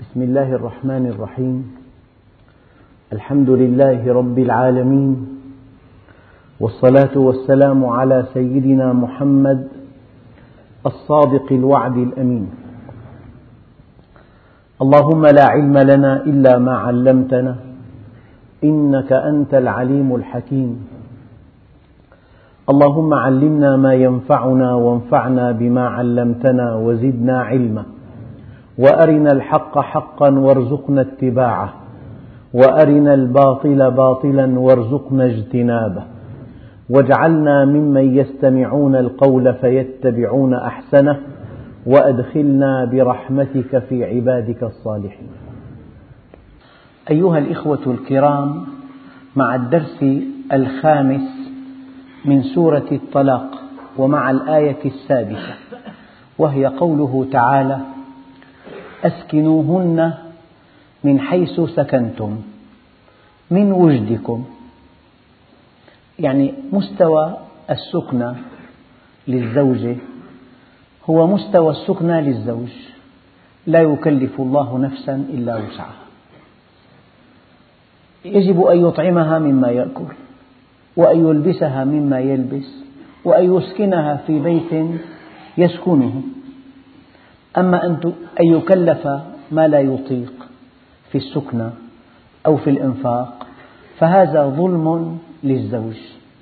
بسم الله الرحمن الرحيم. الحمد لله رب العالمين، والصلاة والسلام على سيدنا محمد الصادق الوعد الأمين. اللهم لا علم لنا إلا ما علمتنا إنك أنت العليم الحكيم. اللهم علمنا ما ينفعنا وانفعنا بما علمتنا وزدنا علما، وأرنا الحق حقا وارزقنا اتباعه، وأرنا الباطل باطلا وارزقنا اجتنابه، واجعلنا ممن يستمعون القول فيتبعون أحسنه، وأدخلنا برحمتك في عبادك الصالحين. أيها الإخوة الكرام، مع الدرس الخامس من سورة الطلاق، ومع الآية السادسة، وهي قوله تعالى: أسكنوهن من حيث سكنتم من وجدكم. يعني مستوى السكنى للزوجة هو مستوى السكنى للزوج، لا يكلف الله نفسا إلا وسعها. يجب أن يطعمها مما يأكل، وأن يلبسها مما يلبس، وأن يسكنها في بيت يسكنه. أما أن يكلف ما لا يطيق في السكنى أو في الإنفاق فهذا ظلم للزوج.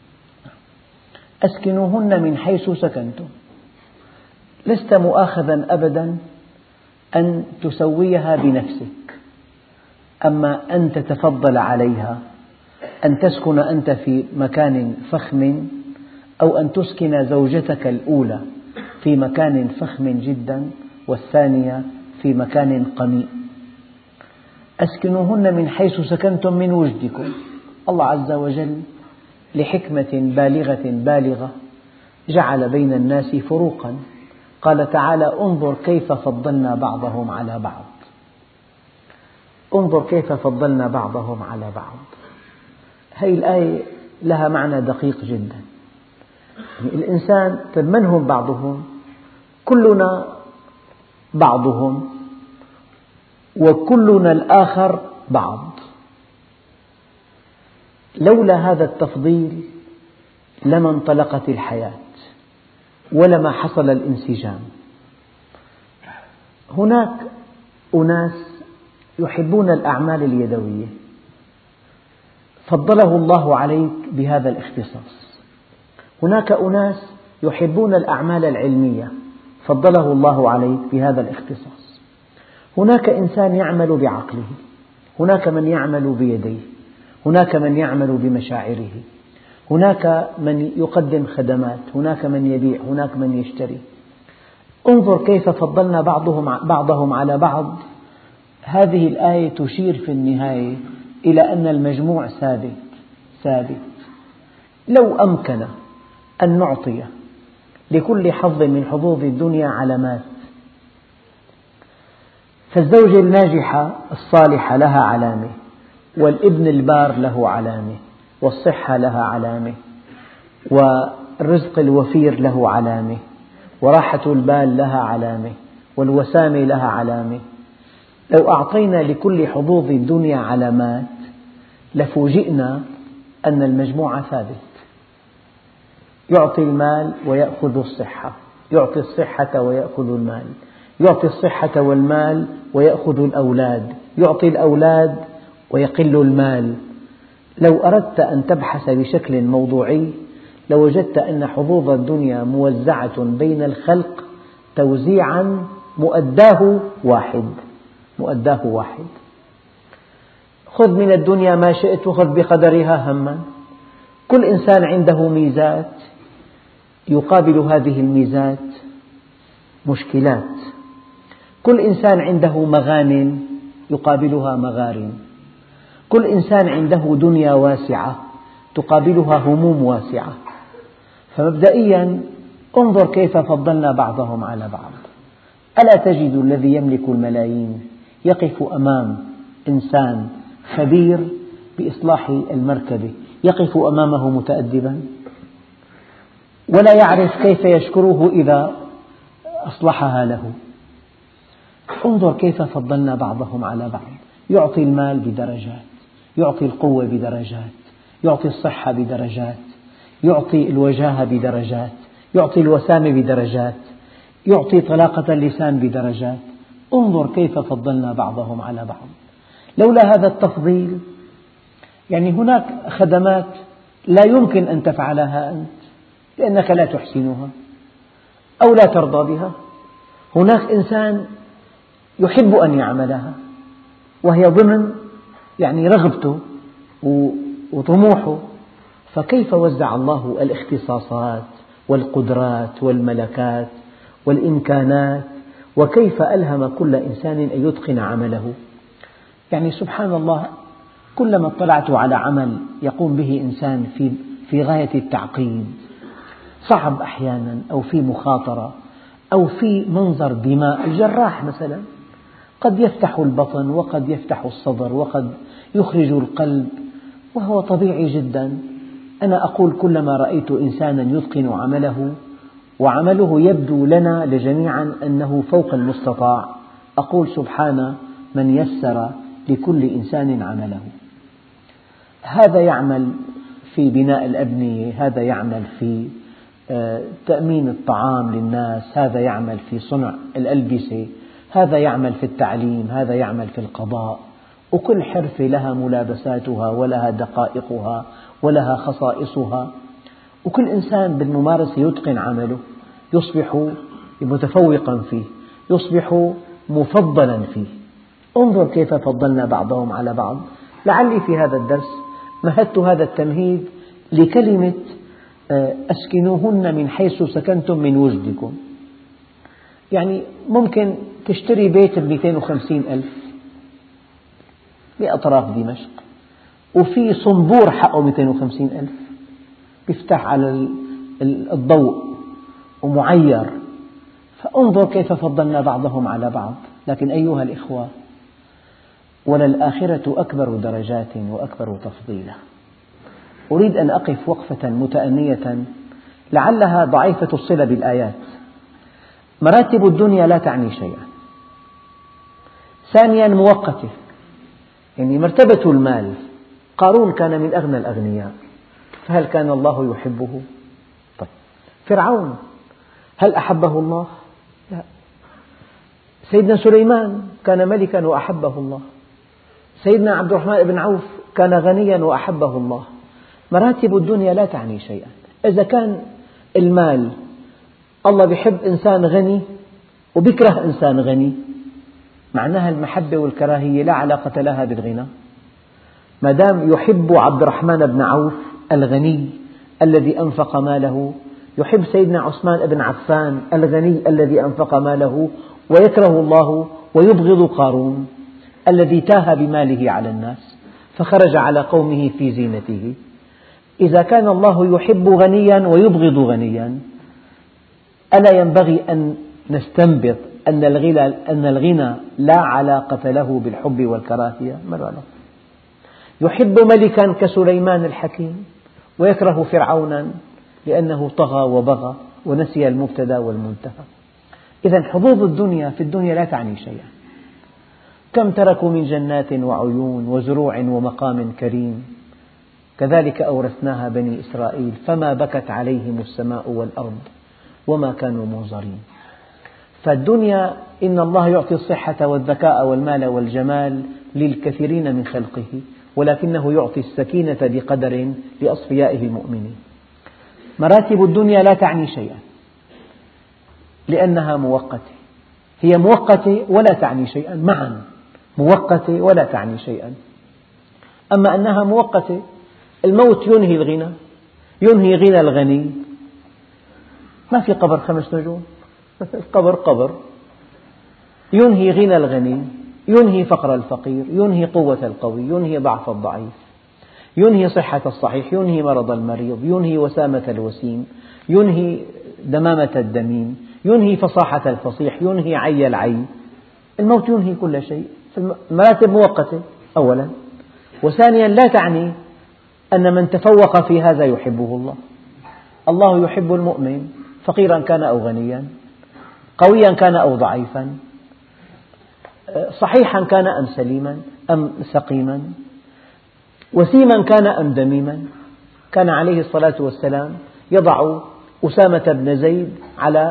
أسكنوهن من حيث سكنتم، لست مؤاخذا أبدا أن تسويها بنفسك، أما أن تتفضل عليها، أن تسكن أنت في مكان فخم، أو أن تسكن زوجتك الأولى في مكان فخم جدا والثانية في مكان قميء. أسكنوهن من حيث سكنتم من وجدكم. الله عز وجل لحكمة بالغة جعل بين الناس فروقا. قال تعالى: انظر كيف فضلنا بعضهم على بعض. انظر كيف فضلنا بعضهم على بعض. هذه الآية لها معنى دقيق جدا. الإنسان من هم بعضهم؟ كلنا بعضهم، وكلنا الآخر بعض. لولا هذا التفضيل لما انطلقت الحياة ولما حصل الانسجام. هناك أناس يحبون الأعمال اليدوية، فضله الله عليك بهذا الاختصاص. هناك أناس يحبون الأعمال العلمية، فضله الله عليك بهذا الاختصاص. هناك إنسان يعمل بعقله، هناك من يعمل بيديه، هناك من يعمل بمشاعره، هناك من يقدم خدمات، هناك من يبيع، هناك من يشتري. انظر كيف فضلنا بعضهم على بعض. هذه الآية تشير في النهاية إلى أن المجموع ثابت. لو أمكن أن نعطي لكل حظ من حظوظ الدنيا علامات، فالزوجة الناجحة الصالحة لها علامة، والابن البار له علامة، والصحة لها علامة، والرزق الوفير له علامة، وراحة البال لها علامة، والوسامة لها علامة. لو أعطينا لكل حظوظ الدنيا علامات لفوجئنا أن المجموع ثابت. يعطي المال ويأخذ الصحة، يعطي الصحة ويأخذ المال، يعطي الصحة والمال ويأخذ الأولاد، يعطي الأولاد ويقل المال. لو أردت أن تبحث بشكل موضوعي لوجدت أن حظوظ الدنيا موزعة بين الخلق توزيعا مؤداه واحد. خذ من الدنيا ما شئت وخذ بقدرها هما. كل إنسان عنده ميزات يقابل هذه الميزات مشكلات. كل إنسان عنده مغانم يقابلها مغارم. كل إنسان عنده دنيا واسعة تقابلها هموم واسعة. فمبدئيا انظر كيف فضلنا بعضهم على بعض. ألا تجد الذي يملك الملايين يقف أمام إنسان خبير بإصلاح المركبة، يقف أمامه متأدبا ولا يعرف كيف يشكره إذا أصلحها له؟ انظر كيف فضلنا بعضهم على بعض. يعطي المال بدرجات، يعطي القوة بدرجات، يعطي الصحة بدرجات، يعطي الوجاهة بدرجات، يعطي الوسامة بدرجات، يعطي طلاقة اللسان بدرجات. انظر كيف فضلنا بعضهم على بعض. لولا هذا التفضيل، يعني هناك خدمات لا يمكن أن تفعلها أنت لأنك لا تحسنها أو لا ترضى بها. هناك إنسان يحب أن يعملها وهي ضمن رغبته وطموحه، فكيف وزع الله الاختصاصات والقدرات والملكات والإمكانات، وكيف ألهم كل إنسان أن يتقن عمله. سبحان الله، كلما اطلعت على عمل يقوم به إنسان في غاية التعقيد، صعب أحيانا، أو في مخاطرة، أو في منظر دماء. الجراح مثلا قد يفتح البطن وقد يفتح الصدر وقد يخرج القلب، وهو طبيعي جدا. أنا أقول كلما رأيت إنسانا يتقن عمله وعمله يبدو لنا جميعا أنه فوق المستطاع، أقول سبحان من يسر لكل إنسان عمله. هذا يعمل في بناء الأبنية، هذا يعمل في تأمين الطعام للناس، هذا يعمل في صنع الألبسة، هذا يعمل في التعليم، هذا يعمل في القضاء. وكل حرفة لها ملابساتها ولها دقائقها ولها خصائصها، وكل إنسان بالممارسة يتقن عمله، يصبح متفوقا فيه، يصبح مفضلا فيه. انظر كيف فضلنا بعضهم على بعض. لعلي في هذا الدرس مهدت هذا التمهيد لكلمة أسكنوهن من حيث سكنتم من وجدكم. ممكن تشتري بيت ب250,000 بأطراف دمشق، وفي صنبور حقه 250,000 يفتح على الضوء ومعير. فانظر كيف فضلنا بعضهم على بعض. لكن أيها الإخوة، وللآخرة أكبر درجات وأكبر تفضيلا. أريد أن أقف وقفة متأنية لعلها ضعيفة الصلة بالآيات. مراتب الدنيا لا تعني شيئا. ثانيا مؤقتة، مرتبة المال. قارون كان من أغنى الأغنياء، فهل كان الله يحبه؟ طيب، فرعون هل أحبه الله؟ لا. سيدنا سليمان كان ملكا وأحبه الله. سيدنا عبد الرحمن بن عوف كان غنيا وأحبه الله. مراتب الدنيا لا تعني شيئا. إذا كان المال، الله يحب إنسان غني وبيكره إنسان غني، معناها المحبة والكراهية لا علاقة لها بالغنى. ما دام يحب عبد الرحمن بن عوف الغني الذي أنفق ماله، يحب سيدنا عثمان بن عفان الغني الذي أنفق ماله، ويكره الله ويبغض قارون الذي تاه بماله على الناس فخرج على قومه في زينته. إذا كان الله يحب غنيا ويبغض غنيا، ألا ينبغي أن نستنبط أن الغنى لا علاقة له بالحب والكراهية؟ مرة له. يحب ملكا كسليمان الحكيم ويكره فرعونا لأنه طغى وبغى ونسي المبتدأ والمنتهى. إذا حظوظ الدنيا في الدنيا لا تعني شيئا. كم تركوا من جنات وعيون وزروع ومقام كريم، كذلك أورثناها بني إسرائيل فما بكت عليهم السماء والأرض وما كانوا منظرين. فالدنيا، إن الله يعطي الصحة والذكاء والمال والجمال للكثيرين من خلقه، ولكنه يعطي السكينة بقدر لأصفيائه المؤمنين. مراتب الدنيا لا تعني شيئا لأنها مؤقتة. هي مؤقتة ولا تعني شيئا معا، مؤقتة ولا تعني شيئا. أما أنها مؤقتة، الموت ينهي الغنى، ينهي غنى الغني. ما في قبر 5 نجوم، القبر قبر. ينهي غنى الغني، ينهي فقر الفقير، ينهي قوة القوي، ينهي ضعف الضعيف، ينهي صحة الصحيح، ينهي مرض المريض، ينهي وسامة الوسيم، ينهي دمامة الدميم، ينهي فصاحة الفصيح، ينهي عي العي. الموت ينهي كل شيء. المراتب مؤقتة أولا، وثانيا لا تعني أن من تفوق في هذا يحبه الله. الله يحب المؤمن فقيرا كان أو غنيا، قويا كان أو ضعيفا، صحيحا كان أم سليما أم سقيما، وسيما كان أم دميما. كان عليه الصلاة والسلام يضع أسامة بن زيد على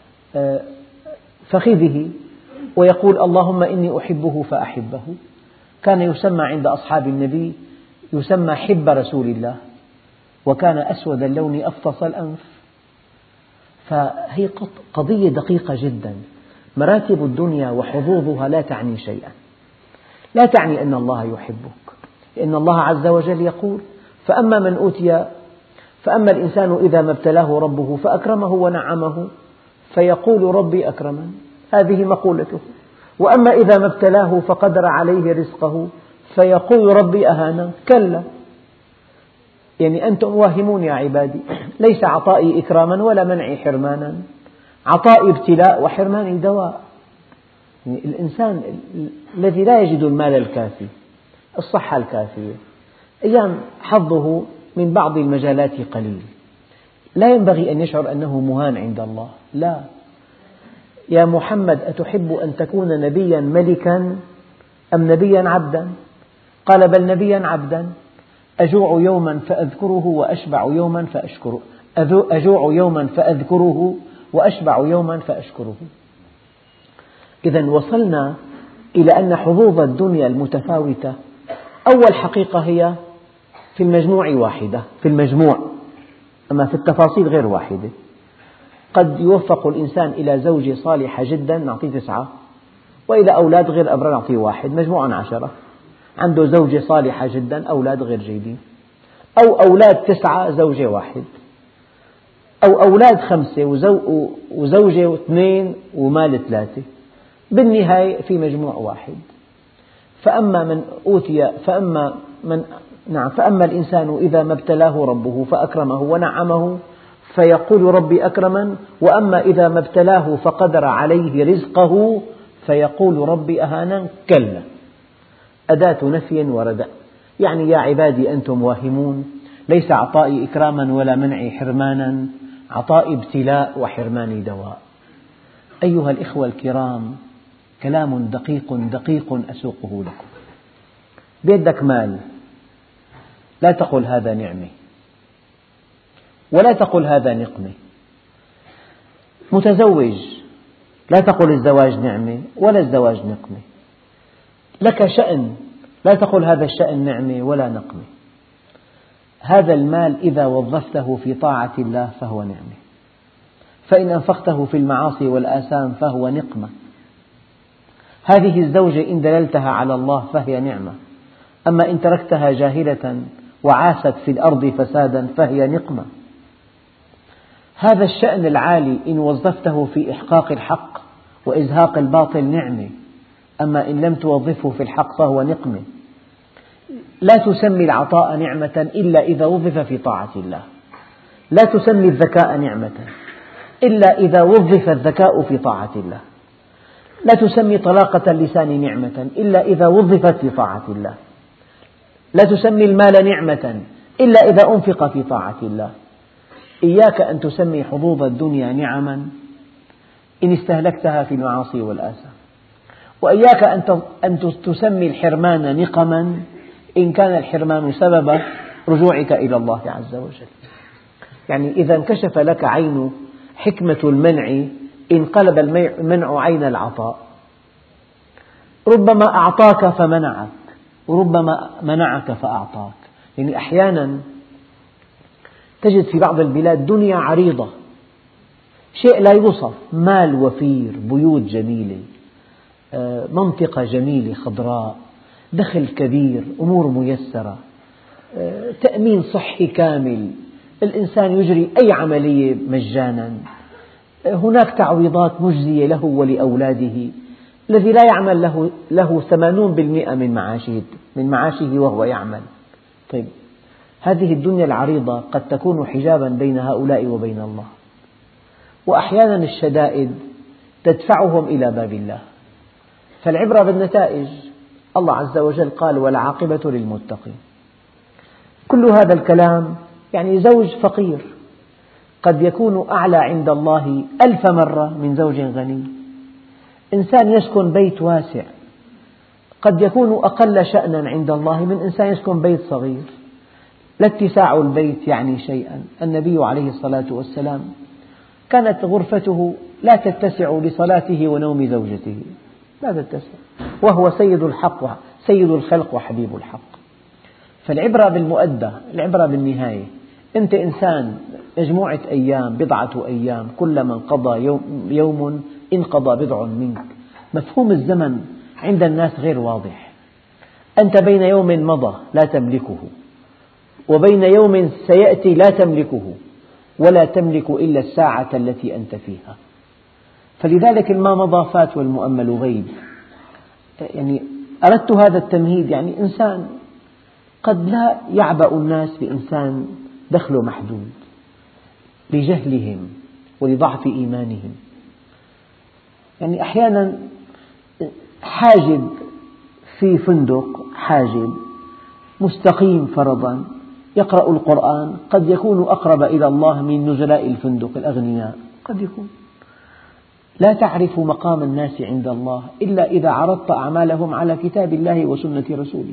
فخذه ويقول اللهم إني أحبه فأحبه. كان يسمى عند أصحاب النبي يسمى حب رسول الله، وكان أسود اللون أفطس الأنف. فهي قضية دقيقة جدا. مراتب الدنيا وحظوظها لا تعني شيئا، لا تعني أن الله يحبك، لأن الله عز وجل يقول فأما الإنسان إذا ما ابتلاه ربه فأكرمه ونعمه فيقول ربي أكرمن، هذه مقولته. وأما إذا ما ابتلاه فقدر عليه رزقه فيقول ربي أهانن. كلا، يعني أنتم واهمون يا عبادي، ليس عطائي إكراما ولا منعي حرمانا، عطائي ابتلاء وحرماني دواء. يعني الإنسان الذي لا يجد المال الكافي، الصحة الكافية، أيام حظه من بعض المجالات قليل، لا ينبغي أن يشعر أنه مهان عند الله. لا، يا محمد أتحب أن تكون نبيا ملكا أم نبيا عبدا؟ قال بل نبيا عبدا، أجوع يوما فأذكره وأشبع يوما فأشكره، أجوع يوما فأذكره وأشبع يوما فأشكره. إذا وصلنا إلى أن حظوظ الدنيا المتفاوتة أول حقيقة هي في المجموع واحدة، في المجموع، أما في التفاصيل غير واحدة. قد يوفق الإنسان إلى زوجة صالحة جدا نعطيه 9، وإلى أولاد غير أبرار نعطيه 1، مجموعا 10. عنده زوجة صالحة جدا، أولاد غير جيدين، أو أولاد 9 زوجة 1، أو أولاد 5 وزوجة 2 ومال 3، بالنهاية في مجموع واحد. فأما الإنسان إذا ما ابتلاه ربه فأكرمه ونعمه فيقول ربي أكرمن، وأما إذا ما ابتلاه فقدر عليه رزقه فيقول ربي أهانن. كلا، أداة نفي ورداء، يعني يا عبادي أنتم واهمون، ليس عطائي إكراما ولا منعي حرمانا، عطائي ابتلاء وحرماني دواء. أيها الإخوة الكرام، كلام دقيق دقيق أسوقه لكم. بيدك مال، لا تقل هذا نعمة ولا تقل هذا نقمة. متزوج، لا تقل الزواج نعمة ولا الزواج نقمة. لك شأن، لا تقل هذا الشأن نعمة ولا نقمة. هذا المال إذا وظفته في طاعة الله فهو نعمة، فإن أنفقته في المعاصي والآثام فهو نقمة. هذه الزوجة إن دللتها على الله فهي نعمة، أما إن تركتها جاهلة وعاست في الأرض فسادا فهي نقمة. هذا الشأن العالي إن وظفته في إحقاق الحق وإزهاق الباطل نعمة، أما إن لم توظفه في الحق فهو نقمة. لا تسمي العطاء نعمة إلا إذا وظف في طاعة الله، لا تسمي الذكاء نعمة إلا إذا وظف الذكاء في طاعة الله، لا تسمي طلاقة اللسان نعمة إلا إذا وظفت في طاعة الله، لا تسمي المال نعمة إلا إذا أنفق في طاعة الله. إياك أن تسمي حظوظ الدنيا نعما إن استهلكتها في المعاصي والآثام، وإياك أن تسمي الحرمان نقما إن كان الحرمان سبب رجوعك إلى الله عز وجل. يعني إذا انكشف لك عين حكمة المنع انقلب المنع عين العطاء. ربما أعطاك فمنعك، وربما منعك فأعطاك. يعني أحيانا تجد في بعض البلاد دنيا عريضة، شيء لا يوصف، مال وفير، بيوت جميلة، منطقة جميلة خضراء، دخل كبير، أمور ميسرة، تأمين صحي كامل، الإنسان يجري أي عملية مجانا، هناك تعويضات مجزية له ولأولاده. الذي لا يعمل له 80% من معاشه وهو يعمل. طيب، هذه الدنيا العريضة قد تكون حجابا بين هؤلاء وبين الله، وأحيانا الشدائد تدفعهم إلى باب الله، فالعبرة بالنتائج. الله عز وجل قال والعاقبة للمتقين. كل هذا الكلام يعني زوج فقير قد يكون أعلى عند الله 1000 مرة من زوج غني. إنسان يسكن بيت واسع قد يكون أقل شأنا عند الله من إنسان يسكن بيت صغير، لا اتساع البيت يعني شيئا. النبي عليه الصلاة والسلام كانت غرفته لا تتسع لصلاته ونوم زوجته، لا تتسع، وهو سيد الحق، سيد الخلق وحبيب الحق. فالعبرة بالمؤدى، العبرة بالنهاية. أنت إنسان، مجموعة أيام، بضعة أيام، كلما انقضى يوم انقضى بضع منك. مفهوم الزمن عند الناس غير واضح. أنت بين يوم مضى لا تملكه، وبين يوم سيأتي لا تملكه، ولا تملك إلا الساعة التي أنت فيها. فلذلك ما مضى فات والمؤمل غيب. يعني أردت هذا التمهيد، يعني إنسان قد لا يعبأ الناس بإنسان دخله محدود لجهلهم ولضعف إيمانهم. يعني أحيانا حاجب في فندق، حاجب مستقيم فرضا يقرأ القرآن قد يكون أقرب إلى الله من نزلاء الفندق الأغنياء، قد يكون. لا تعرف مقام الناس عند الله إلا إذا عرضت أعمالهم على كتاب الله وسنة رسوله.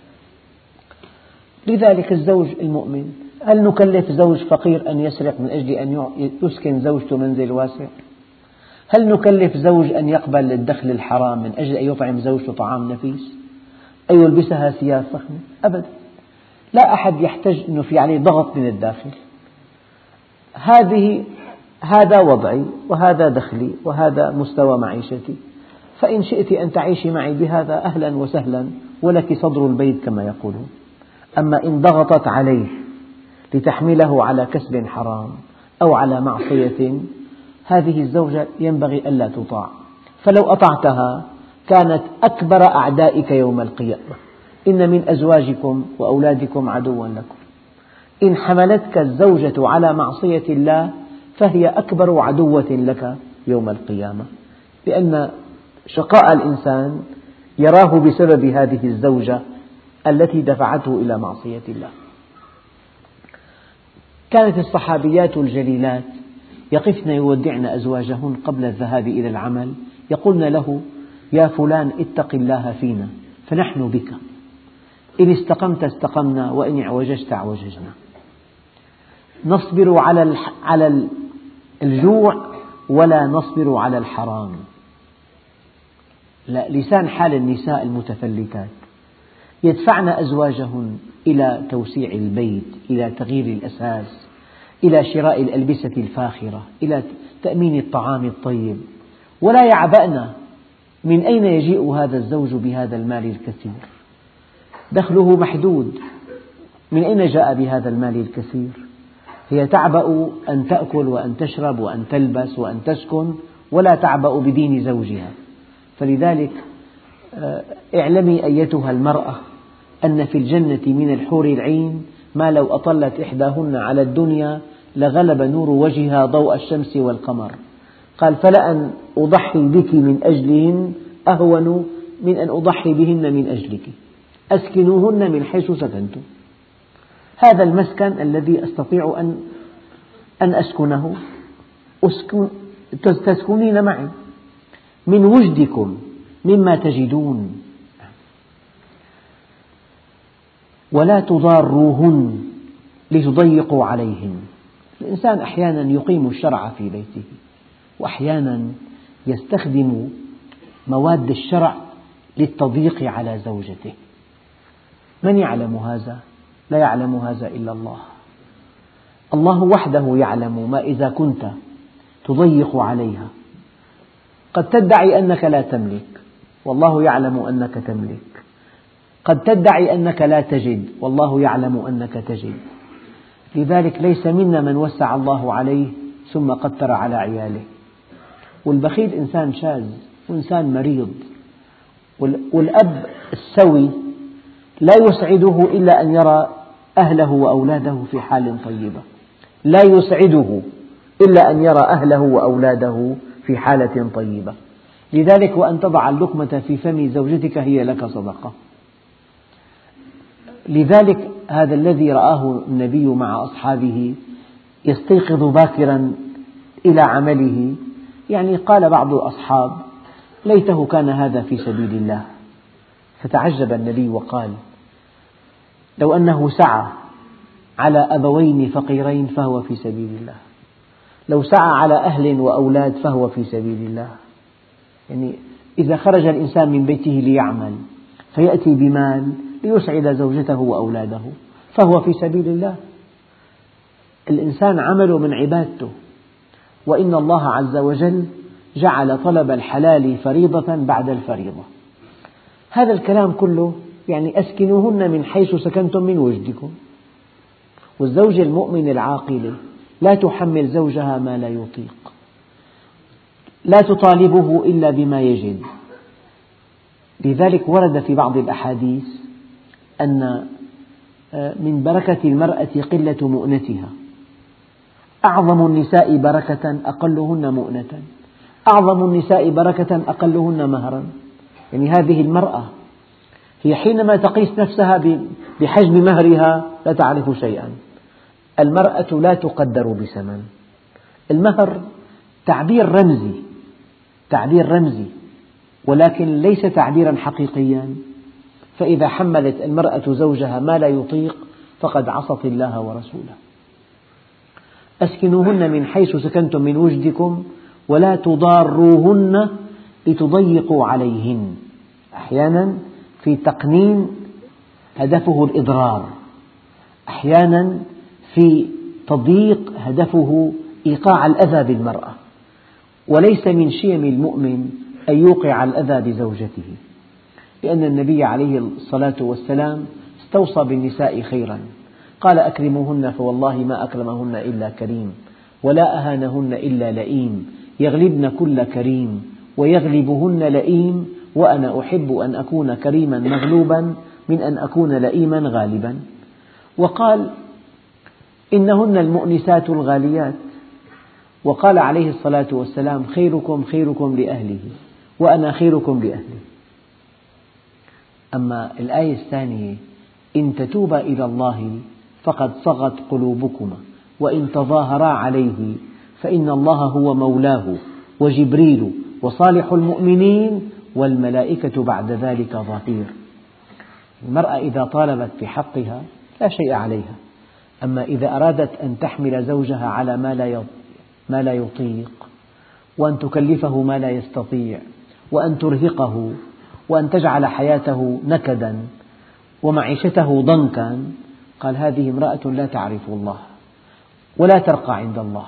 لذلك الزوج المؤمن، هل نكلف زوج فقير أن يسرق من أجل أن يسكن زوجته منزل واسع؟ هل نكلف زوج أن يقبل الدخل الحرام من أجل أن يطعم زوجته طعام نفيس؟ أن يلبسها ثياب فخمة؟ أبدا. لا أحد يحتاج أنه في عليه ضغط من الداخل. هذا وضعي، وهذا دخلي، وهذا مستوى معيشتي، فإن شئت أن تعيشي معي بهذا أهلا وسهلا، ولك صدر البيت كما يقولون. أما إن ضغطت عليه لتحمله على كسب حرام أو على معصية، هذه الزوجة ينبغي ألا تطاع. فلو أطعتها كانت أكبر أعدائك يوم القيامة. إن من أزواجكم وأولادكم عدوا لكم. إن حملتك الزوجة على معصية الله فهي أكبر عدوة لك يوم القيامة، لأن شقاء الإنسان يراه بسبب هذه الزوجة التي دفعته إلى معصية الله. كانت الصحابيات الجليلات يقفن يودعن أزواجهن قبل الذهاب إلى العمل، يقولن له: يا فلان اتق الله فينا فنحن بك، إن استقمت استقمنا وإن اعوججت اعوججنا. نصبر على الجوع ولا نصبر على الحرام. لسان حال النساء المتفلتات يدفعن أزواجهن إلى توسيع البيت، إلى تغيير الأساس، إلى شراء الألبسة الفاخرة، إلى تأمين الطعام الطيب، ولا يعبأن من أين يجيء هذا الزوج بهذا المال الكثير. دخله محدود، من أين جاء بهذا المال الكثير؟ هي تعبأ أن تأكل وأن تشرب وأن تلبس وأن تسكن، ولا تعبأ بدين زوجها. فلذلك اعلمي أيتها المرأة أن في الجنة من الحور العين ما لو أطلت إحداهن على الدنيا لغلب نور وجهها ضوء الشمس والقمر. قال: فلأن أضحي بك من أجلهن أهون من أن أضحي بهن من أجلك. أسكنوهن من حيث سكنتم. هذا المسكن الذي أستطيع أن أسكنه تسكنين معي من وجدكم مما تجدون، ولا تضاروهن لتضيقوا عليهن. الإنسان أحيانا يقيم الشرع في بيته، وأحيانا يستخدم مواد الشرع للتضييق على زوجته. من يعلم هذا؟ لا يعلم هذا إلا الله. الله وحده يعلم ما إذا كنت تضيق عليها. قد تدعي أنك لا تملك، والله يعلم أنك تملك. قد تدعي أنك لا تجد، والله يعلم أنك تجد. لذلك ليس منا من وسع الله عليه ثم قتر على عياله. والبخيل إنسان شاذ وإنسان مريض. والأب السوي لا يسعده إلا أن يرى أهله وأولاده في حال طيبة، لا يسعده إلا أن يرى أهله وأولاده في حالة طيبة. لذلك وأن تضع اللقمة في فم زوجتك هي لك صدقة. لذلك هذا الذي رآه النبي مع أصحابه يستيقظ باكرا إلى عمله، يعني قال بعض الأصحاب: ليته كان هذا في سبيل الله، فتعجب النبي وقال: لو أنه سعى على أبوين فقيرين فهو في سبيل الله، لو سعى على أهل وأولاد فهو في سبيل الله. يعني إذا خرج الإنسان من بيته ليعمل فيأتي بمال ليسعد زوجته وأولاده فهو في سبيل الله. الإنسان عمله من عبادته، وإن الله عز وجل جعل طلب الحلال فريضة بعد الفريضة. هذا الكلام كله يعني أسكنوهن من حيث سكنتم من وجدكم. والزوجة المؤمنة العاقلة لا تحمل زوجها ما لا يطيق، لا تطالبه إلا بما يجد. لذلك ورد في بعض الأحاديث أن من بركة المرأة قلة مؤنتها، أعظم النساء بركة أقلهن مؤنة، أعظم النساء بركة أقلهن مهرا. يعني هذه المرأة هي حينما تقيس نفسها بحجم مهرها لا تعرف شيئا. المرأة لا تقدر بثمن. المهر تعبير رمزي ولكن ليس تعبيرا حقيقيا. فإذا حملت المرأة زوجها ما لا يطيق فقد عصت الله ورسوله. أسكنوهن من حيث سكنتم من وجدكم ولا تضاروهن لتضيقوا عليهن. أحيانا في تقنين هدفه الإضرار، أحيانا في تضييق هدفه إيقاع الأذى بالمرأة. وليس من شيم المؤمن أن يوقع الأذى بزوجته، لأن النبي عليه الصلاة والسلام استوصى بالنساء خيرا، قال: أكرموهن فوالله ما أكرمهن إلا كريم، ولا أهانهن إلا لئيم، يغلبن كل كريم ويغلبهن لئيم، وأنا أحب أن أكون كريما مغلوبا من أن أكون لئيما غالبا. وقال: إنهن المؤنسات الغاليات. وقال عليه الصلاة والسلام: خيركم خيركم لأهله وأنا خيركم لأهلي. أما الآية الثانية: إن تتوبا إلى الله فقد صغت قلوبكما وإن تظاهرا عليه فإن الله هو مولاه وجبريل وصالح المؤمنين والملائكة بعد ذلك ظهير. المرأة إذا طالبت بحقها لا شيء عليها، أما إذا أرادت أن تحمل زوجها على ما لا يطيق، وأن تكلفه ما لا يستطيع، وأن ترهقه، وأن تجعل حياته نكدا ومعيشته ضنكا، قال: هذه امرأة لا تعرف الله ولا ترقى عند الله.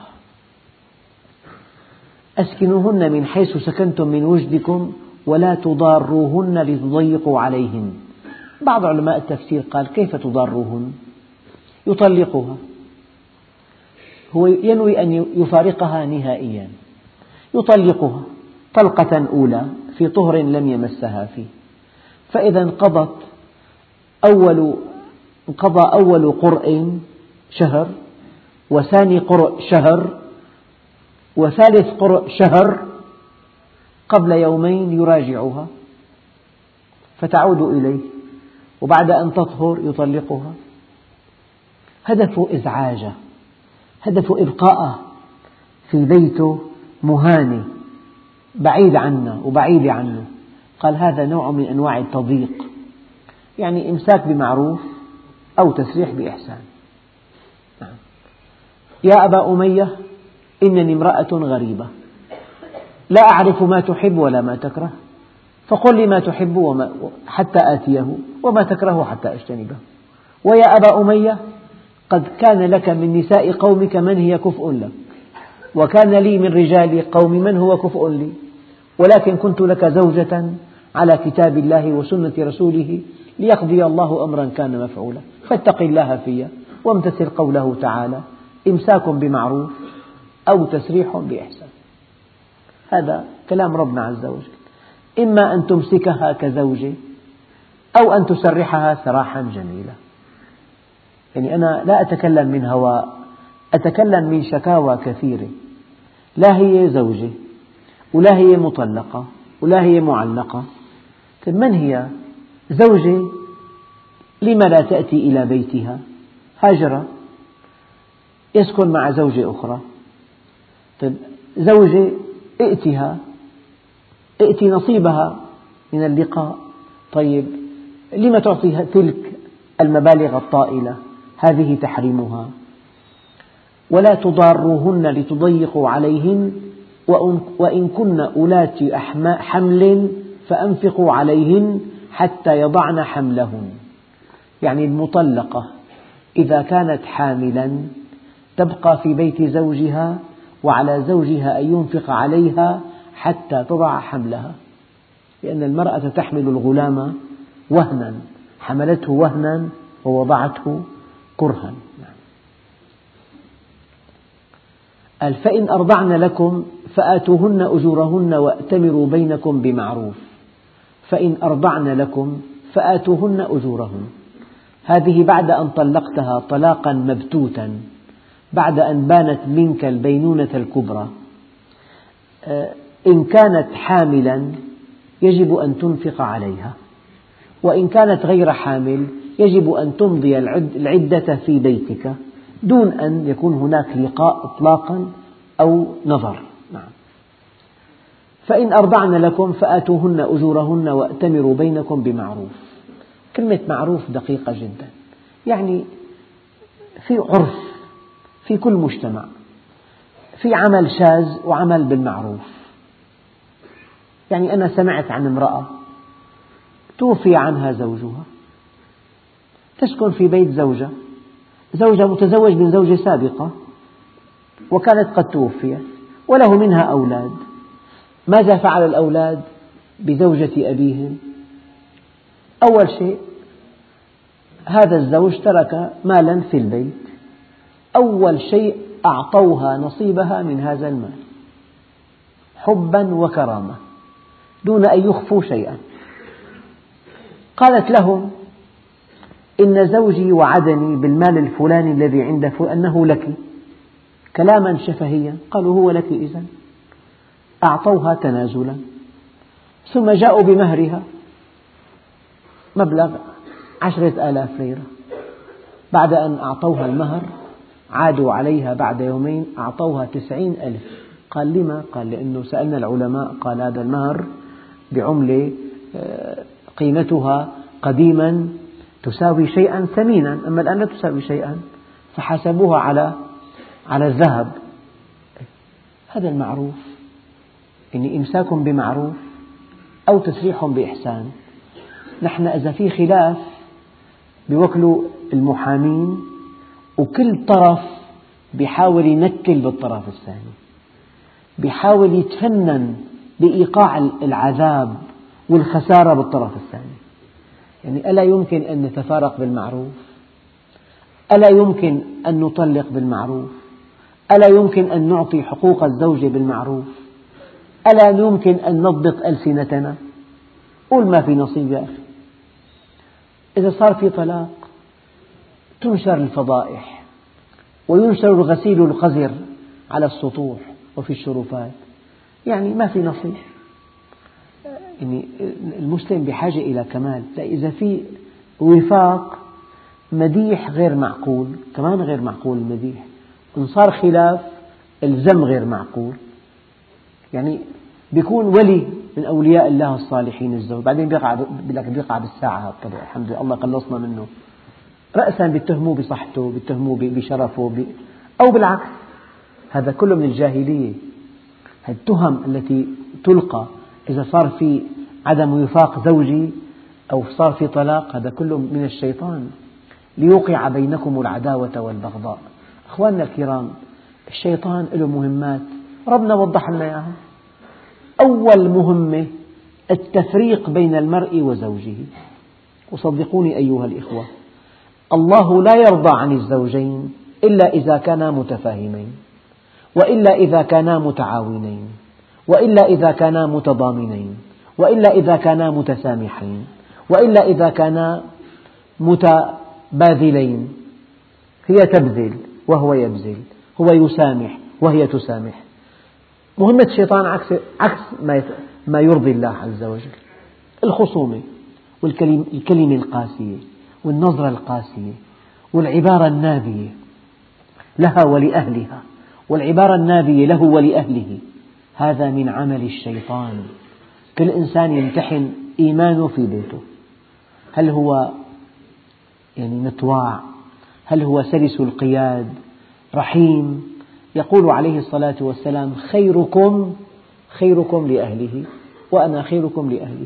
أسكنوهن من حيث سكنتم من وجدكم ولا تضاروهن لتضيقوا عليهن. بعض علماء التفسير قال: كيف تضاروهن؟ يطلقها، هو ينوي أن يفارقها نهائيا، يطلقها طلقة أولى في طهر لم يمسها فيه، فإذا انقضى أول قرء شهر، وثاني قرء شهر، وثالث قرء شهر، قبل يومين يراجعها فتعود إليه، وبعد أن تطهر يطلقها. هدف إزعاجه، هدف إبقاءه في بيته مهانة بعيد عنا وبعيد عنه. قال: هذا نوع من أنواع التضييق، يعني إمساك بمعروف أو تسريح بإحسان. يا أبا أمية إنني امرأة غريبة لا أعرف ما تحب ولا ما تكره، فقل لي ما تحب حتى آتيه وما تكره حتى أجتنبه. ويا أبا أمية قد كان لك من نساء قومك من هي كفء لك، وكان لي من رجال قوم من هو كفء لي، ولكن كنت لك زوجة على كتاب الله وسنة رسوله ليقضي الله أمرا كان مفعولا، فاتق الله في وامتثل قوله تعالى: إمساك بمعروف أو تسريح بإحسان. هذا كلام ربنا عز وجل، إما أن تمسكها كزوجة أو أن تسرحها سراحا جميلا. يعني أنا لا أتكلم من هواء، أتكلم من شكاوى كثيرة، لا هي زوجة ولا هي مطلقة ولا هي معلقة. من هي زوجة؟ لما لا تأتي إلى بيتها؟ هاجر يسكن مع زوجة أخرى. زوجة ائتي نصيبها من اللقاء. طيب لم تعطي تلك المبالغ الطائلة؟ هذه تحريمها. ولا تضاروهن لتضيقوا عليهن وإن كن أولات حمل فأنفقوا عليهن حتى يضعن حملهن. يعني المطلقة إذا كانت حاملا تبقى في بيت زوجها، وعلى زوجها أن ينفق عليها حتى تضع حملها، لأن المرأة تحمل الغلام وهنا، حملته وهنا ووضعته كرها. قال فإن أرضعن لكم فآتوهن أجورهن وأتمروا بينكم بمعروف. فإن أرضعن لكم فآتوهن أجورهن، هذه بعد أن طلقتها طلاقا مبتوتا، بعد أن بانت منك البينونة الكبرى. إن كانت حاملا يجب أن تنفق عليها، وإن كانت غير حامل يجب أن تمضي العدة في بيتك دون أن يكون هناك لقاء إطلاقا أو نظر. فإن أرضعن لكم فآتوهن أجورهن وأتمروا بينكم بمعروف. كلمة معروف دقيقة جدا، يعني في عرف في كل مجتمع، في عمل شاذ وعمل بالمعروف. يعني أنا سمعت عن امرأة توفي عنها زوجها، تسكن في بيت زوجها متزوج من زوجة سابقة، وكانت قد توفيت وله منها أولاد. ماذا فعل الأولاد بزوجة أبيهم؟ أول شيء هذا الزوج ترك مالا في البيت، أول شيء أعطوها نصيبها من هذا المال حبا وكرامة دون أن يخفوا شيئا. قالت لهم إن زوجي وعدني بالمال الفلاني الذي عنده أنه لك، كلاما شفهيا. قالوا هو لك إذن. أعطوها تنازلا، ثم جاءوا بمهرها مبلغ 10,000 ليرة. بعد أن أعطوها المهر عادوا عليها بعد يومين أعطوها 90,000. قال لما؟ قال لأنه سألنا العلماء، قال هذا المهر بعملة قيمتها قديما تساوي شيئا ثمينا، أما الآن لا تساوي شيئا، فحسبوها على الذهب. هذا المعروف، يعني إمساك بمعروف أو تسريح بإحسان. نحن إذا في خلاف بيوكلوا المحامين، وكل طرف بيحاول ينكل بالطرف الثاني، بيحاول يتفنن بإيقاع العذاب والخسارة بالطرف الثاني. يعني ألا يمكن أن نتفارق بالمعروف؟ ألا يمكن أن نطلق بالمعروف؟ ألا يمكن أن نعطي حقوق الزوجة بالمعروف؟ ألا يمكن أن نضبط ألسنتنا؟ قل ما في نصيب يا أخي. إذا صار في طلاق تنشر الفضائح وينشر الغسيل القذر على السطوح وفي الشرفات، يعني ما في نصيب. يعني المسلم بحاجة إلى كمال. إذا في وفاق مديح غير معقول، كمان غير معقول المديح. إن صار خلاف الذم غير معقول. يعني بيكون ولي من أولياء الله الصالحين الزوج، بعدين بيقع بالساعة طبعا الحمد لله الله خلصنا منه. رأسا بيتهموه بصحته، بيتهموه بشرفه، أو بالعكس. هذا كله من الجاهلية. التهم التي تلقى إذا صار في عدم وفاق زوجي أو صار في طلاق، هذا كله من الشيطان ليوقع بينكم العداوة والبغضاء. أخواننا الكرام، الشيطان له مهمات ربنا وضح لنا إياها. أول مهمة التفريق بين المرء وزوجه. وصدقوني أيها الإخوة، الله لا يرضى عن الزوجين إلا إذا كانا متفاهمين، وإلا إذا كانا متعاونين، وإلا إذا كانا متضامنين، وإلا إذا كانا متسامحين، وإلا إذا كانا متباذلين. هي تبذل وهو يبذل، هو يسامح وهي تسامح. مهمة الشيطان عكس ما يرضي الله عز وجل. الخصومة والكلمة القاسية والنظرة القاسية والعبارة النابية لها ولأهلها، والعبارة النابية له ولأهله، هذا من عمل الشيطان. كل إنسان يمتحن إيمانه في بيته. هل هو مطواع؟ هل هو سلس القياد رحيم؟ يقول عليه الصلاة والسلام: خيركم لأهله وأنا خيركم لأهله.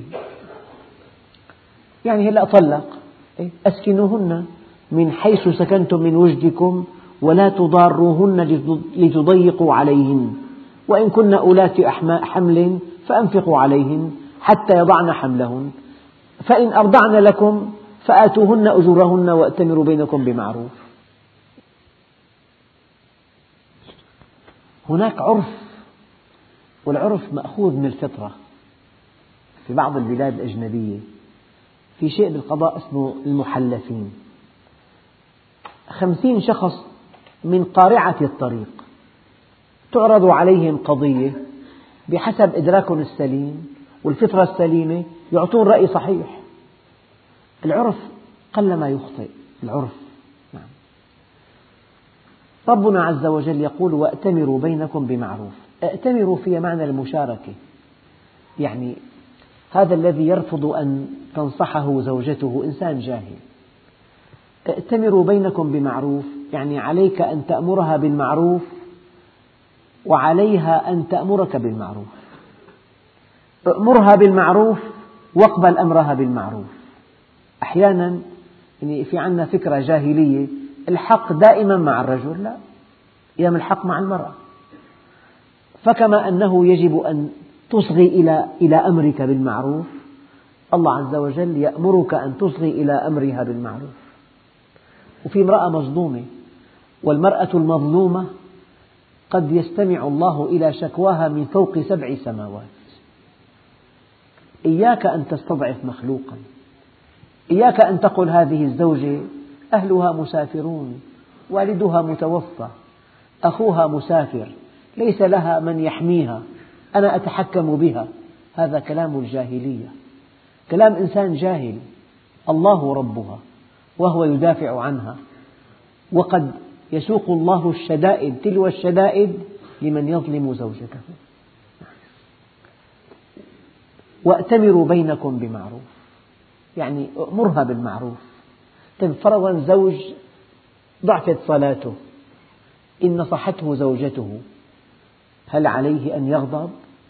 هلأ طلق، أسكنوهن من حيث سكنتم من وجدكم ولا تضاروهن لتضيقوا عليهن وإن كن أولات حمل فأنفقوا عليهن حتى يضعن حملهن فإن أرضعن لكم فآتوهن أجورهن وأتمروا بينكم بمعروف. هناك عرف، والعرف مأخوذ من الفطرة. في بعض البلاد الأجنبية في شيء بالقضاء اسمه المحلفين. 50 شخص من قارعة الطريق تعرض عليهم قضية بحسب إدراكهم السليم والفطرة السليمة، يعطون رأي صحيح. العرف قلما يخطئ العرف. نعم. ربنا عز وجل يقول: وأتمروا بينكم بمعروف. ائتمروا في معنى المشاركة، هذا الذي يرفض أن تنصحه زوجته إنسان جاهل. ائتمروا بينكم بمعروف عليك أن تأمرها بالمعروف وعليها أن تأمرك بالمعروف. أمرها بالمعروف واقبل أمرها بالمعروف. أحيانا في عندنا فكرة جاهلية: الحق دائما مع الرجل. لا، أيام الحق مع المرأة. فكما أنه يجب أن تصغي إلى أمرك بالمعروف، الله عز وجل يأمرك أن تصغي إلى أمرها بالمعروف. وفي امرأة مظلومة، والمرأة المظلومة قد يستمع الله إلى شكواها من فوق 7 سماوات. إياك أن تستضعف مخلوقا، إياك أن تقل هذه الزوجة أهلها مسافرون، والدها متوفى، أخوها مسافر، ليس لها من يحميها، أنا أتحكم بها. هذا كلام الجاهلية، كلام إنسان جاهل. الله ربها وهو يدافع عنها، وقد يسوق الله الشدائد تلو الشدائد لمن يظلم زوجته. وأتمروا بينكم بمعروف، أمرها بالمعروف. فرضا زوج ضعفت صلاته، إن نصحته زوجته، هل عليه أن يغضب؟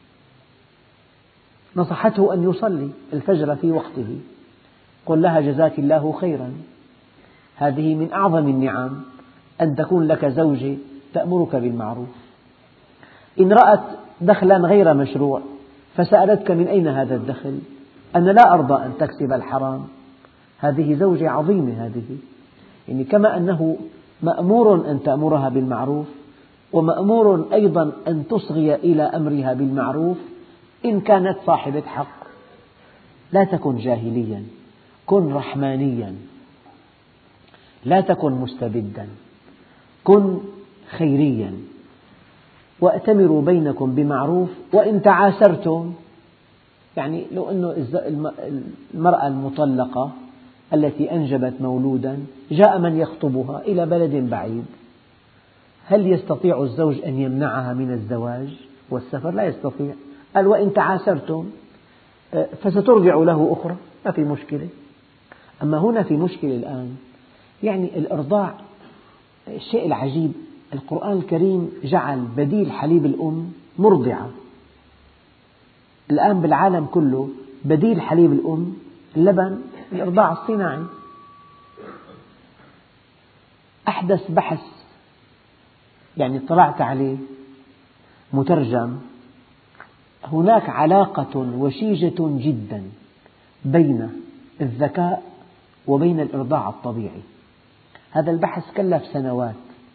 نصحته أن يصلي الفجر في وقته، قل لها: جزاك الله خيرا. هذه من أعظم النعم أن تكون لك زوجة تأمرك بالمعروف. إن رأت دخلا غير مشروع فسألتك: من أين هذا الدخل؟ أنا لا أرضى أن تكسب الحرام. هذه زوجة عظيمة. هذه كما أنه مأمور أن تأمرها بالمعروف، ومأمور أيضا أن تصغي إلى أمرها بالمعروف إن كانت صاحبة حق. لا تكن جاهليا، كن رحمانيا، لا تكن مستبدا، كن خيريا. وأتمروا بينكم بمعروف وإن تعاسرتم. لو أن المرأة المطلقة التي أنجبت مولودا جاء من يخطبها إلى بلد بعيد، هل يستطيع الزوج أن يمنعها من الزواج والسفر؟ لا يستطيع. قال: وإن تعاسرتم فسترجع له أخرى، ما في مشكلة. أما هنا في مشكلة الآن، الإرضاع. الشيء العجيب، القرآن الكريم جعل بديل حليب الأم مرضعة. الآن بالعالم كله بديل حليب الأم اللبن، الإرضاع الصناعي. أحدث بحث اطلعت عليه مترجم، هناك علاقة وشيجة جدا بين الذكاء وبين الإرضاع الطبيعي. هذا البحث كلف سنوات.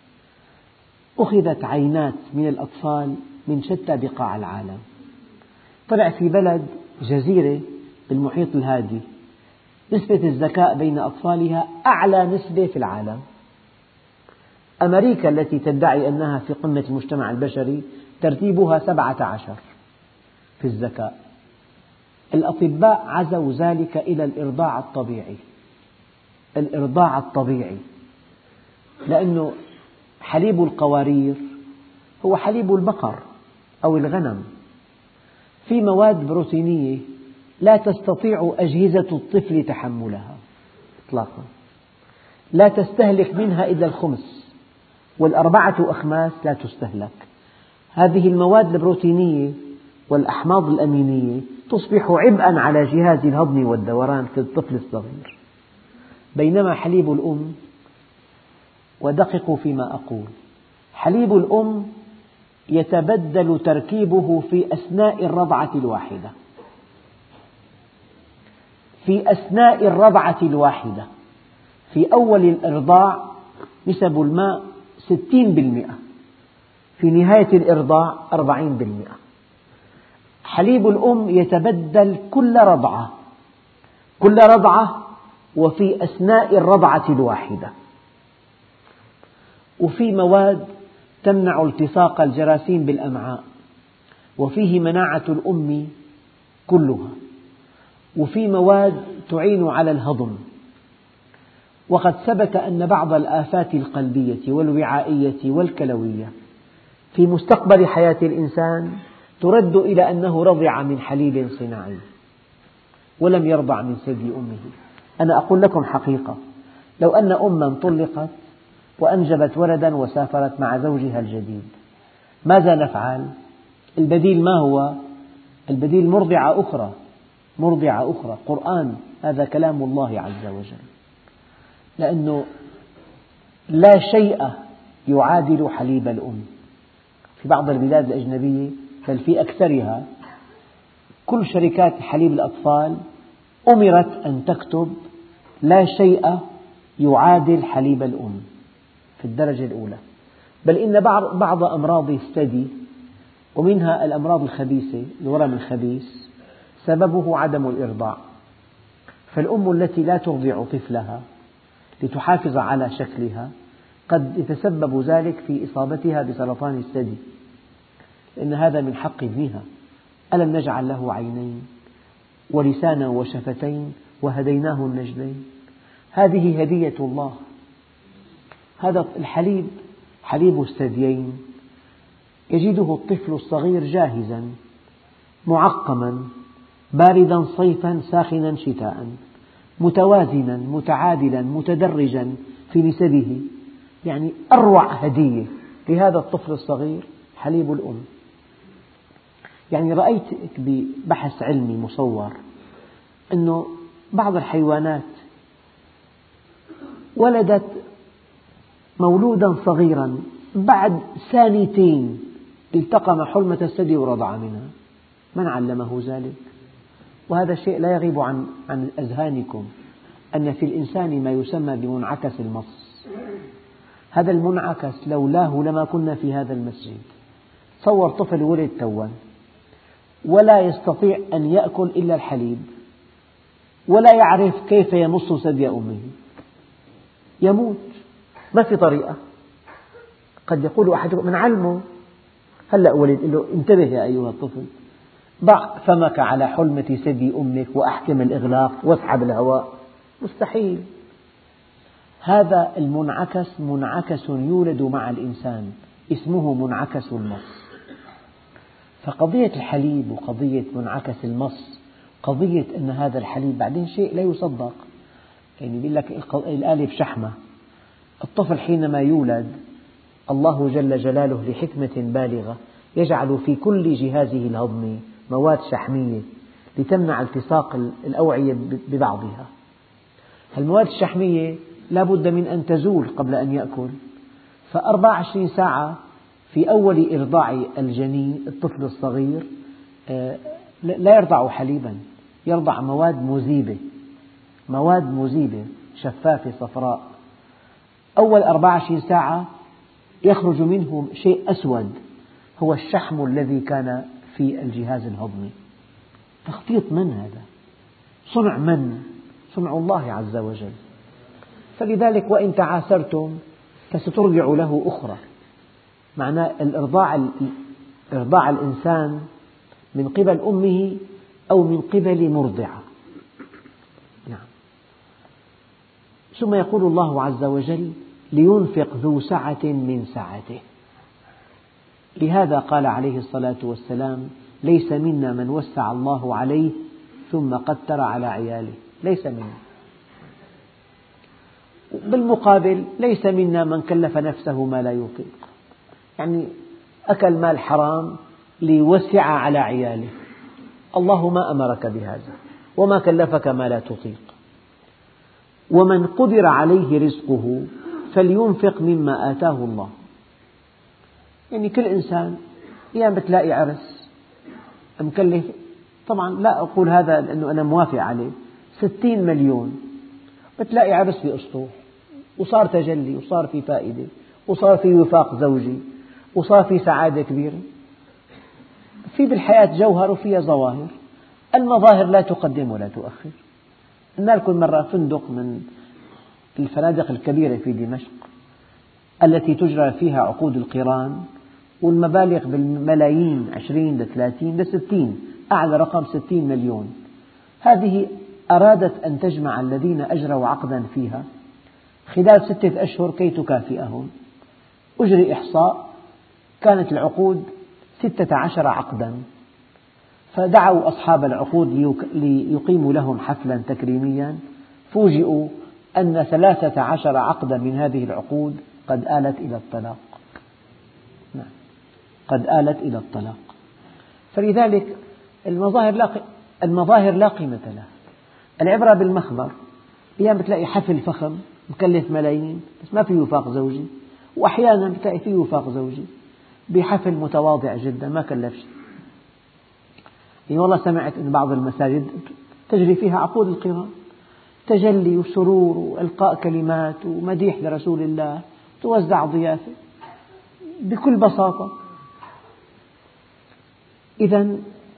أخذت عينات من الأطفال من شتى بقاع العالم. طلع في بلد جزيرة بالمحيط الهادي نسبة الذكاء بين أطفالها أعلى نسبة في العالم. أمريكا التي تدعي أنها في قمة المجتمع البشري ترتيبها 17 في الذكاء. الأطباء عزوا ذلك إلى الإرضاع الطبيعي. الإرضاع الطبيعي، لأنه حليب القوارير هو حليب البقر أو الغنم، في مواد بروتينية لا تستطيع أجهزة الطفل تحملها إطلاقا، لا تستهلك منها إلا الخمس، والأربعة أخماس لا تستهلك. هذه المواد البروتينية والأحماض الأمينية تصبح عبئا على جهاز الهضم والدوران في الطفل الصغير، بينما حليب الأم، ودققوا فيما أقول، حليب الأم يتبدل تركيبه في أثناء الرضعة الواحدة، في أثناء الرضعة الواحدة. في أول الإرضاع نسب الماء 60%، في نهاية الإرضاع 40%. حليب الأم يتبدل كل رضعة وفي أثناء الرضعة الواحدة. وفي مواد تمنع التصاق الجراثيم بالأمعاء، وفيه مناعة الأم كلها، وفي مواد تعين على الهضم. وقد ثبت أن بعض الآفات القلبية والوعائية والكلوية في مستقبل حياة الإنسان ترد إلى أنه رضع من حليب صناعي ولم يرضع من ثدي أمه. أنا أقول لكم حقيقة، لو أن أماً طلقت وأنجبت ولدا وسافرت مع زوجها الجديد، ماذا نفعل؟ البديل ما هو؟ البديل مرضعة أخرى. قرآن، هذا كلام الله عز وجل، لأنه لا شيء يعادل حليب الأم. في بعض البلاد الأجنبية، بل في أكثرها، كل شركات حليب الأطفال أمرت أن تكتب لا شيء يعادل حليب الأم في الدرجة الأولى. بل إن بعض أمراض الثدي، ومنها الأمراض الخبيثة، الورم الخبيث، سببه عدم الإرضاع. فالأم التي لا ترضع طفلها لتحافظ على شكلها قد يتسبب ذلك في إصابتها بسرطان الثدي، لأن هذا من حق ابنها. ألم نجعل له عينين ولسانا وشفتين وهديناه النجدين. هذه هدية الله. هذا الحليب، حليب الثديين، يجده الطفل الصغير جاهزا معقما، باردا صيفا ساخنا شتاء، متوازنا متعادلا متدرجا في نسبه. يعني أروع هدية لهذا الطفل الصغير حليب الأم. يعني رأيت ببحث علمي مصور أنه بعض الحيوانات ولدت مولودا صغيرا، بعد ثانيتين التقم حلمة الثدي ورضع منها. من علمه ذلك؟ وهذا الشيء لا يغيب عن أذهانكم، أن في الإنسان ما يسمى بمنعكس المص. هذا المنعكس لولاه لما كنا في هذا المسجد. تصور طفل ولد توا ولا يستطيع أن يأكل إلا الحليب، ولا يعرف كيف يمص ثدي أمه، يموت، ما في طريقة. قد يقول أحدكم: من علمه؟ هلأ ولد، قل له: انتبه يا أيها الطفل، ضع فمك على حلمة ثدي أمك وأحكم الإغلاق واسحب الهواء. مستحيل. هذا المنعكس منعكس يولد مع الإنسان، اسمه منعكس المص. فقضية الحليب وقضية منعكس المص قضية أن هذا الحليب بعدين شيء لا يصدق. يعني يقول لك الآلة بشحمة. الطفل حينما يولد الله جل جلاله لحكمة بالغة يجعل في كل جهازه الهضمي مواد شحمية لتمنع التصاق الأوعية ببعضها. المواد الشحمية لا بد من أن تزول قبل أن يأكل. ف24 ساعة في أول إرضاع الجنين الطفل الصغير لا يرضع حليبا، يرضع مواد مذيبة شفافة صفراء. أول 24 ساعة يخرج منه شيء أسود، هو الشحم الذي كان في الجهاز الهضمي. تخطيط من هذا؟ صنع من؟ صنع الله عز وجل. فلذلك وإن تعاثرتم فسترجع له أخرى. معناه إرضاع الإنسان من قبل أمه أو من قبل مرضعة. نعم. ثم يقول الله عز وجل: لينفق ذو سعة من سعته. لهذا قال عليه الصلاة والسلام: ليس منا من وسع الله عليه ثم قتر على عياله ليس منا. بالمقابل ليس منا من كلف نفسه ما لا يطيق، يعني أكل مال حرام ليوسع على عياله. الله ما أمرك بهذا وما كلفك ما لا تطيق. ومن قدر عليه رزقه فلينفق مما آتاه الله. يعني كل إنسان أيام بتلاقي عرس مكلف، طبعا لا أقول هذا لأنه أنا موافق عليه، 60 مليون بتلاقي عرس في أسطول، وصار تجلي، وصار في فائدة، وصار في وفاق زوجي، وصار في سعادة كبيرة. في بالحياة جوهر وفيها ظواهر، المظاهر لا تقدم ولا تؤخر. قلنا لكم مرة فندق من الفنادق الكبيرة في دمشق التي تجرى فيها عقود القران، والمبالغ بالملايين، 20 ل 30 ل 60، أعلى رقم 60 مليون. هذه أرادت أن تجمع الذين أجروا عقدا فيها خلال 6 أشهر كي تكافئهم. أجري إحصاء، كانت العقود 16 عقدا، فدعوا أصحاب العقود ليقيموا لهم حفلا تكريميا، فوجئوا أن 13 عقدا من هذه العقود قد آلت إلى الطلاق. قد آلت إلى الطلاق. فلذلك المظاهر لا قيمة لها، العبرة بالمخبر. أيام بتلاقي حفل فخم مكلف ملايين بس ما فيه وفاق زوجي، وأحيانا بتلاقي فيه وفاق زوجي بحفل متواضع جدا ما كلف شيء. يعني والله سمعت أن بعض المساجد تجري فيها عقود القران، تجلي وسرور وإلقاء كلمات ومديح لرسول الله، توزع ضيافة بكل بساطة. إذا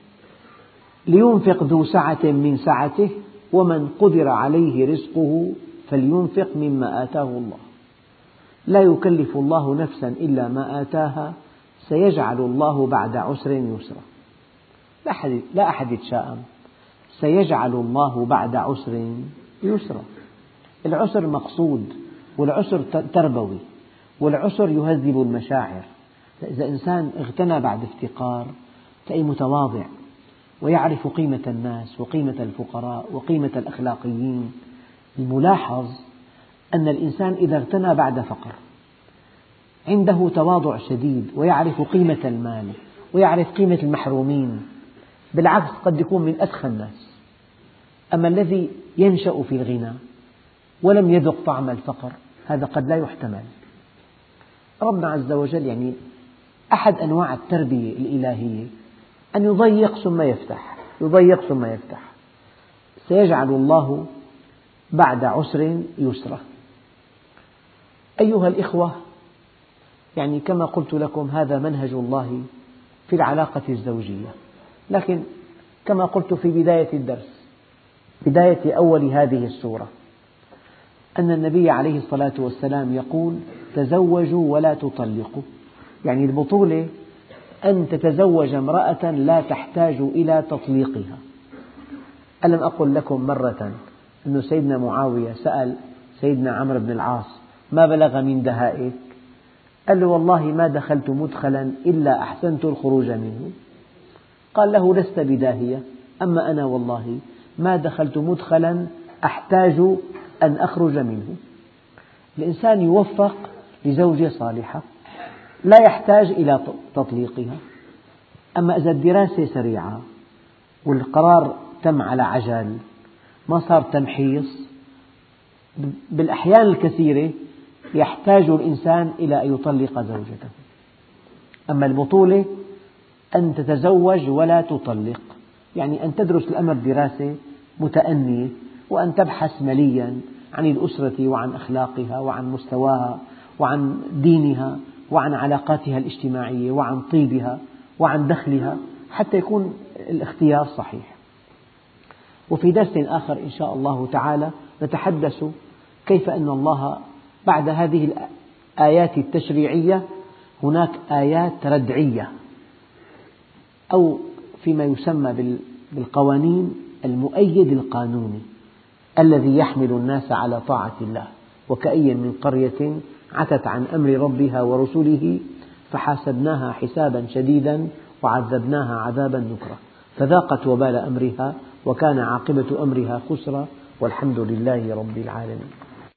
لينفق ذو سعة من سعته ومن قدر عليه رزقه فلينفق مما آتاه الله. لا يكلف الله نفسا إلا ما آتاها سيجعل الله بعد عسر يسرا. لا أحد يتشائم، سيجعل الله بعد عسر يسرا. العسر مقصود، والعسر تربوي، والعسر يهذب المشاعر. إذا إنسان اغتنى بعد افتقار تلاقيه متواضع ويعرف قيمة الناس وقيمة الفقراء وقيمة الأخلاقيين. الملاحظ أن الإنسان إذا اغتنى بعد فقر عنده تواضع شديد ويعرف قيمة المال ويعرف قيمة المحرومين، بالعكس قد يكون من أسخى الناس. أما الذي ينشأ في الغنى ولم يذق طعم الفقر هذا قد لا يحتمل. ربنا عز وجل يعني أحد أنواع التربية الإلهية أن يضيق ثم يفتح، يضيق ثم يفتح. سيجعل الله بعد عسر يسرا. أيها الإخوة، يعني كما قلت لكم هذا منهج الله في العلاقة الزوجية، لكن كما قلت في بداية الدرس، بداية أول هذه السورة، أن النبي عليه الصلاة والسلام يقول: تزوجوا ولا تطلقوا. يعني البطولة أن تتزوج امرأة لا تحتاج إلى تطليقها. ألم أقل لكم مرة أن سيدنا معاوية سأل سيدنا عمرو بن العاص: ما بلغ من دهائك؟ قال له: والله ما دخلت مدخلا إلا أحسنت الخروج منه. قال له: لست بداهية، أما أنا والله ما دخلت مدخلا أحتاج أن أخرج منه. الإنسان يوفق لزوجة صالحة لا يحتاج إلى تطليقها. أما إذا الدراسة سريعة والقرار تم على عجل، ما صار تمحيص، بالأحيان الكثيرة يحتاج الإنسان إلى أن يطلق زوجته. أما البطولة أن تتزوج ولا تطلق، يعني أن تدرس الأمر دراسة متأنية، وأن تبحث مليا عن الأسرة وعن أخلاقها وعن مستواها وعن دينها وعن علاقاتها الاجتماعية وعن طيبها وعن دخلها حتى يكون الاختيار صحيح. وفي درس آخر إن شاء الله تعالى نتحدث كيف أن الله بعد هذه الآيات التشريعية هناك آيات ردعية، أو فيما يسمى بالقوانين المؤيد القانوني الذي يحمل الناس على طاعة الله. وكأي من قرية عتت عن أمر ربها ورسله فحاسبناها حسابا شديدا وعذبناها عذابا نكرا فذاقت وبال أمرها وكان عاقبة أمرها خسرا والحمد لله رب العالمين.